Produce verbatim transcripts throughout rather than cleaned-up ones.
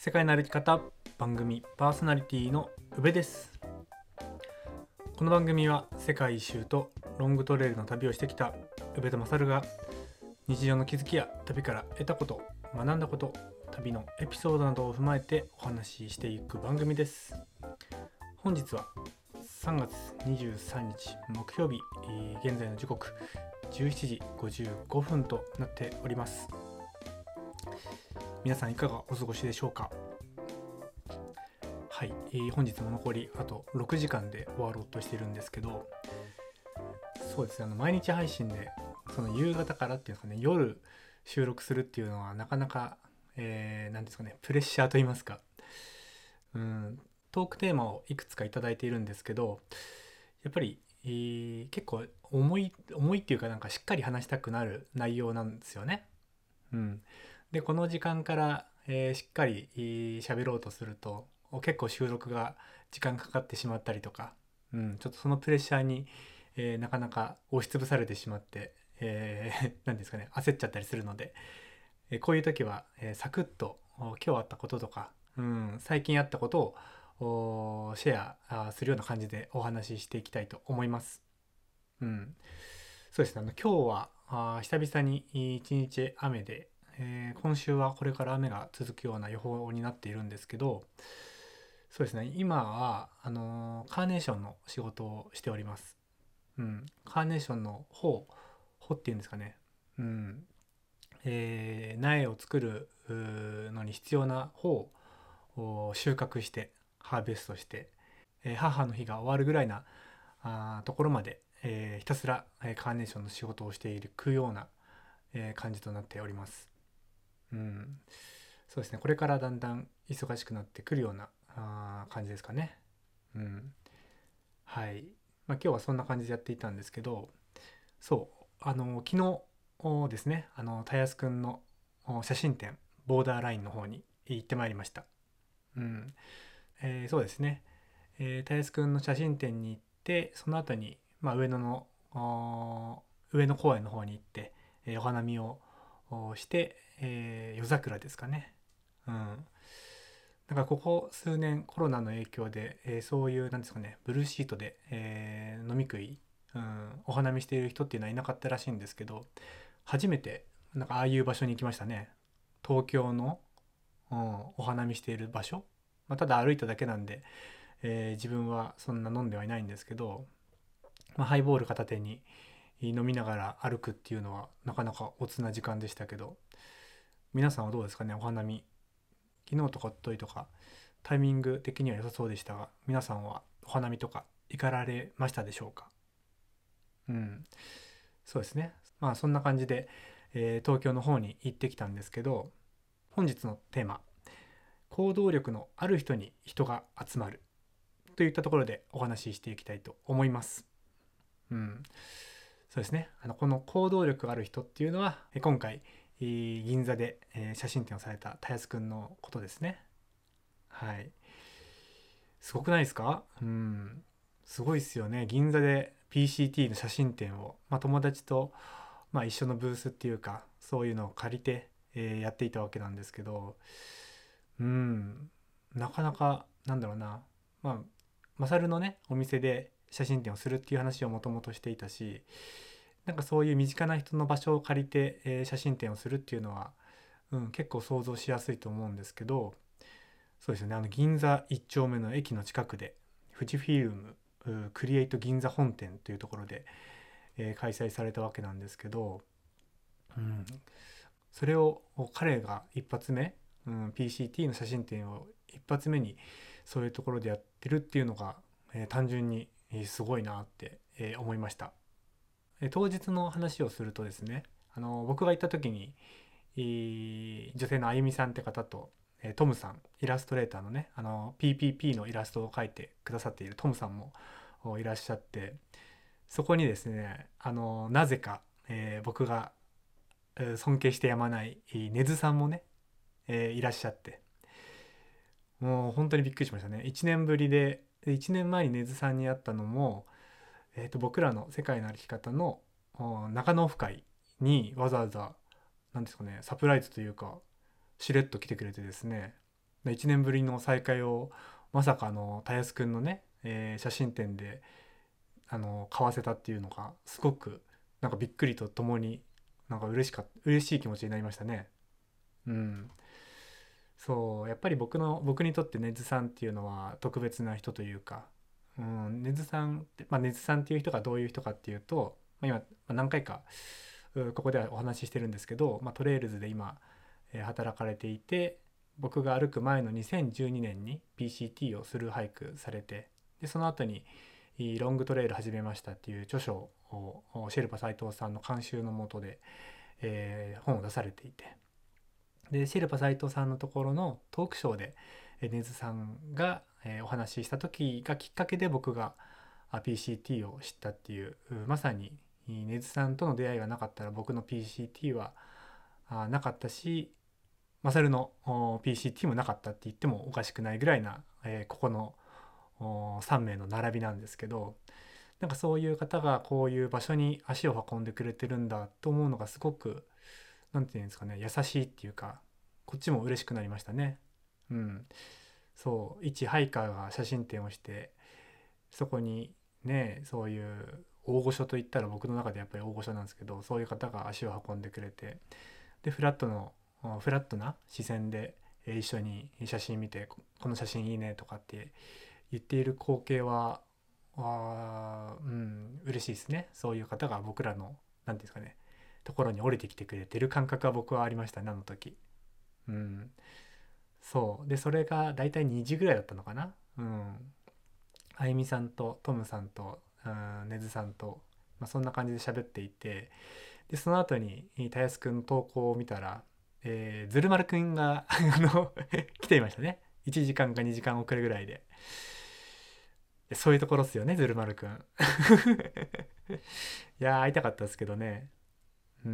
世界の歩き方番組パーソナリティの宇部です。この番組は世界一周とロングトレイルの旅をしてきた宇部と勝が日常の気づきや旅から得たこと、学んだこと、旅のエピソードなどを踏まえてお話ししていく番組です。本日はさんがつにじゅうさんにち木曜日、現在の時刻じゅうしちじごじゅうごふんとなっております。皆さんいかがお過ごしでしょうか。はい、えー、本日も残りあとろくじかんで終わろうとしているんですけど、そうですね、あの毎日配信でその夕方からっていうんですかね、夜収録するっていうのはなかなか、えー、なんですかね、プレッシャーと言いますか、うん、トークテーマをいくつかいただいているんですけど、やっぱり、えー、結構重い重いっていうか、なんかしっかり話したくなる内容なんですよね。うん、でこの時間から、えーしっかり喋、えーろうとすると結構収録が時間かかってしまったりとか、うん、ちょっとそのプレッシャーに、えーなかなか押しつぶされてしまって、えー、何ですかね、焦っちゃったりするので、えーこういう時は、えーサクッとお今日あったこととか、うん、最近あったことをおシェアあするような感じでお話ししていきたいと思います。うん、そうですね、あの今日はあ久々に一日雨で、えー今週はこれから雨が続くような予報になっているんですけど、そうですね、今はあのーカーネーションの仕事をしております。うん、カーネーションの穂穂っていうんですかね、うん、えー苗を作るのに必要な穂を収穫してハーベストして、えー母の日が終わるぐらいなあところまで、えーひたすら、えーカーネーションの仕事をしていくような、えー感じとなっております。うん、そうですね、これからだんだん忙しくなってくるようなあ感じですかね。うん、はい。まあ、今日はそんな感じでやっていたんですけど、そうあの昨日ですね、あのたやすくんの写真展ボーダーラインの方に行ってまいりました。うん、えーそうですね、えー、たやすくんの写真展に行って、その後に、まあ、上野の上野公園の方に行って、えーお花見をして、えー夜桜ですかね。うん。だからここ数年コロナの影響で、えーそういうなんですかね、ブルーシートで、えー飲み食い、うん、お花見している人っていうのはいなかったらしいんですけど、初めてなんかああいう場所に行きましたね。東京の、うん、お花見している場所、まあ、ただ歩いただけなんで、えー自分はそんな飲んではいないんですけど、まあ、ハイボール片手に飲みながら歩くっていうのはなかなかおつな時間でしたけど、皆さんはどうですかね、お花見。昨日とかおとといとかタイミング的には良さそうでしたが、皆さんはお花見とか行かられましたでしょうか。うん、そうですね、まあそんな感じで、えー東京の方に行ってきたんですけど、本日のテーマ、行動力のある人に人が集まるといったところでお話ししていきたいと思います。うん、そうですね、あのこの行動力がある人っていうのは、え今回、えー銀座で、えー写真展をされたたやすくんのことですね。はい、すごくないですか。うん、すごいですよね。銀座で ピーシーティー の写真展を、まあ、友達と、まあ、一緒のブースっていうかそういうのを借りて、えーやっていたわけなんですけど、うん、なかなかなんだろうな、まあマサルのねお店で写真展をするっていう話をもともとしていたし、なんかそういう身近な人の場所を借りて、えー写真展をするっていうのは、うん、結構想像しやすいと思うんですけど、そうですよね、あの銀座いっ丁目の駅の近くで富士フィルムクリエイト銀座本店というところで、えー開催されたわけなんですけど、うん、それを彼が一発目、うん、ピーシーティー の写真展を一発目にそういうところでやってるっていうのが、えー単純にえーすごいなって、えー思いました。えー当日の話をするとですね、あの僕が行った時に、えー女性のあゆみさんって方と、えートムさん、イラストレーターのね、あの ピーピーピー のイラストを描いてくださっているトムさんもいらっしゃって、そこにですね、あのなぜか、えー僕がえー尊敬してやまない根津さんもね、えーいらっしゃって、もう本当にびっくりしましたね。いちねんぶりで、でいちねんまえに根津さんに会ったのも、えーと僕らの世界の歩き方のお中野オフ会にわざわざ、なんですかね、サプライズというかしれっと来てくれてですね、 いちねんぶりの再会をまさかあのたやすくんのね、えー写真展であの買わせたっていうのがすごくなんかびっくりとともになんか嬉しかった嬉しい気持ちになりましたね。うん。そうやっぱり僕の僕にとって根津さんっていうのは特別な人というか、うん、根津さんって、まあ、根津さんっていう人がどういう人かっていうと、まあ、今、まあ何回かうここではお話ししてるんですけど、まあ、トレイルズで今、えー働かれていて、僕が歩く前のにせんじゅうにねんに ピーシーティー をスルーハイクされて、でその後にロングトレイル始めましたっていう著書をシェルパ斉藤さんの監修のもとで、えー本を出されていて、でシェルパ斉藤さんのところのトークショーで根津さんが、えーお話しした時がきっかけで僕が ピーシーティー を知ったっていう、まさに根津さんとの出会いがなかったら僕の ピーシーティー はあなかったし、マサルの ピーシーティー もなかったって言ってもおかしくないぐらいな、えーここのさん名の並びなんですけど、なんかそういう方がこういう場所に足を運んでくれてるんだと思うのがすごく、なんていうんですかね、優しいっていうか、こっちも嬉しくなりましたね。うん。そう、一ハイカーが写真展をして、そこにね、そういう大御所といったら僕の中でやっぱり大御所なんですけど、そういう方が足を運んでくれて、でフラットのフラットな視線で一緒に写真見て、この写真いいねとかって言っている光景は、あうん、嬉しいですね。そういう方が僕らの、なんていうんですかね、ところに降りてきてくれてる感覚は僕はありましたね、あの時。うん。そう。で、それがだいたいにじぐらいだったのかな。うん。あゆみさんとトムさんと、うん、ねずさんと、まあ、そんな感じで喋っていて、で、その後に、たやすくんの投稿を見たら、えー、ずるまるくんがあの来ていましたね。いちじかんかにじかん遅れぐらいで。そういうところっすよね、ずるまるくん。いやー、会いたかったですけどね。うん。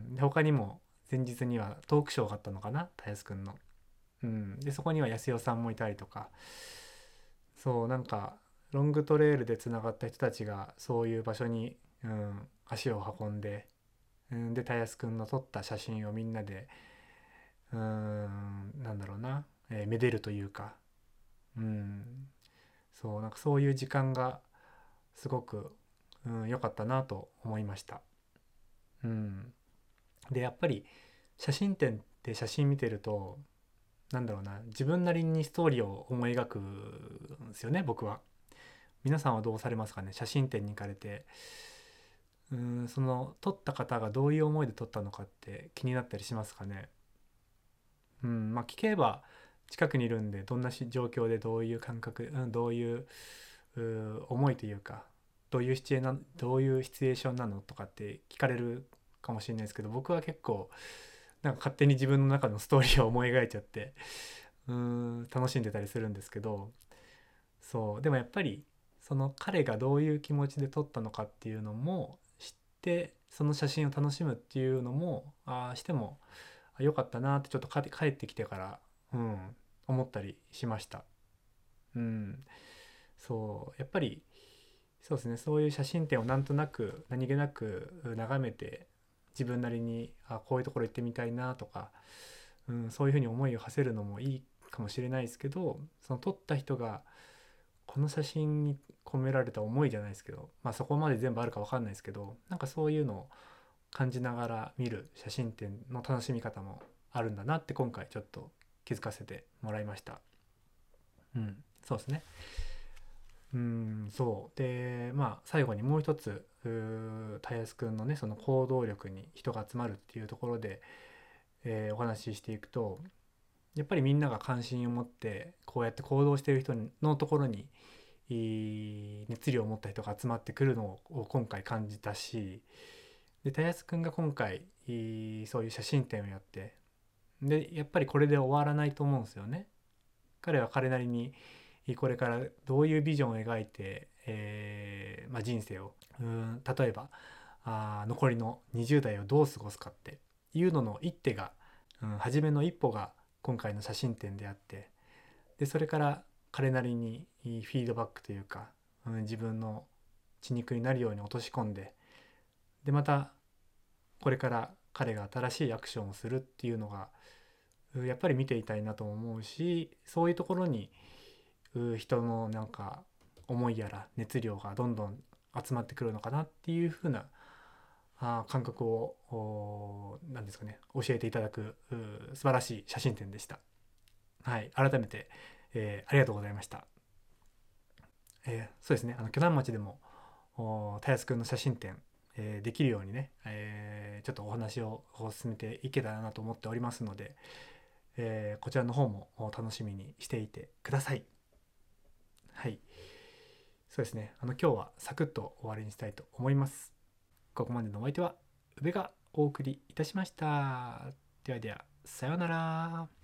で他にも、前日にはトークショーがあったのかな、たやすくんの。うん。で、そこにはやすよさんもいたりとか、そう、なんか、ロングトレイルでつながった人たちが、そういう場所に、うん、足を運んで、うん、で、たやすくんの撮った写真をみんなで、うーん、なんだろうな、えーめでるというか、うん、そう、なんかそういう時間がすごく、うん、良かったなと思いました。うん。で、やっぱり写真展って写真見てると、なんだろうな、自分なりにストーリーを思い描くんですよね、僕は。皆さんはどうされますかね、写真展に行かれて。うん、その撮った方がどういう思いで撮ったのかって気になったりしますかね。うん、まあ聞けば近くにいるんで、どんなし状況でどういう感覚、うん、どういううー思いというか、どういうシチュエなどういうシチュエーションなのとかって聞かれるかもしれないですけど、僕は結構なんか勝手に自分の中のストーリーを思い描いちゃって、うーん楽しんでたりするんですけど、そうでもやっぱりその彼がどういう気持ちで撮ったのかっていうのも知って、その写真を楽しむっていうのもああしても良かったなってちょっとか帰ってきてから、うん、思ったりしました。うん、そうやっぱりそうですね、そういう写真展をなんとなく何気なく眺めて、自分なりにあこういうところ行ってみたいなとか、うん、そういうふうに思いを馳せるのもいいかもしれないですけど、その撮った人がこの写真に込められた思いじゃないですけど、まあそこまで全部あるか分かんないですけど、なんかそういうのを感じながら見る写真展の楽しみ方もあるんだなって今回ちょっと気づかせてもらいました。うん、そうですね。うん、そうで、まあ最後にもう一つ、うーたやすくんのね、その行動力に人が集まるっていうところで、えーお話ししていくと、やっぱりみんなが関心を持ってこうやって行動している人のところにいい熱量を持った人が集まってくるのを今回感じたし、でたやすくんが今回いいそういう写真展をやって、でやっぱりこれで終わらないと思うんですよね。彼は彼なりにこれからどういうビジョンを描いて、えーまあ、人生をうん例えばあ残りのにじゅう代をどう過ごすかっていうのの一手が、うん、初めの一歩が今回の写真展であって、でそれから彼なりにフィードバックというか、うん、自分の血肉になるように落とし込んで、でまたこれから彼が新しいアクションをするっていうのが、 やっぱり見ていたいなと思うし、そういうところに人のなんか思いやら熱量がどんどん集まってくるのかなっていう風なあ感覚を何ですかね、教えていただく素晴らしい写真展でした。はい、改めて、えーありがとうございました。えーそうですね、あの鋸南町でもたやすくんの写真展、えーできるようにね、えーちょっとお話を進めていけたらなと思っておりますので、えーこちらの方も楽しみにしていてください。はい、そうですね、あの今日はサクッと終わりにしたいと思います。ここまでのお相手は宇部がお送りいたしました。ではでは、さようなら。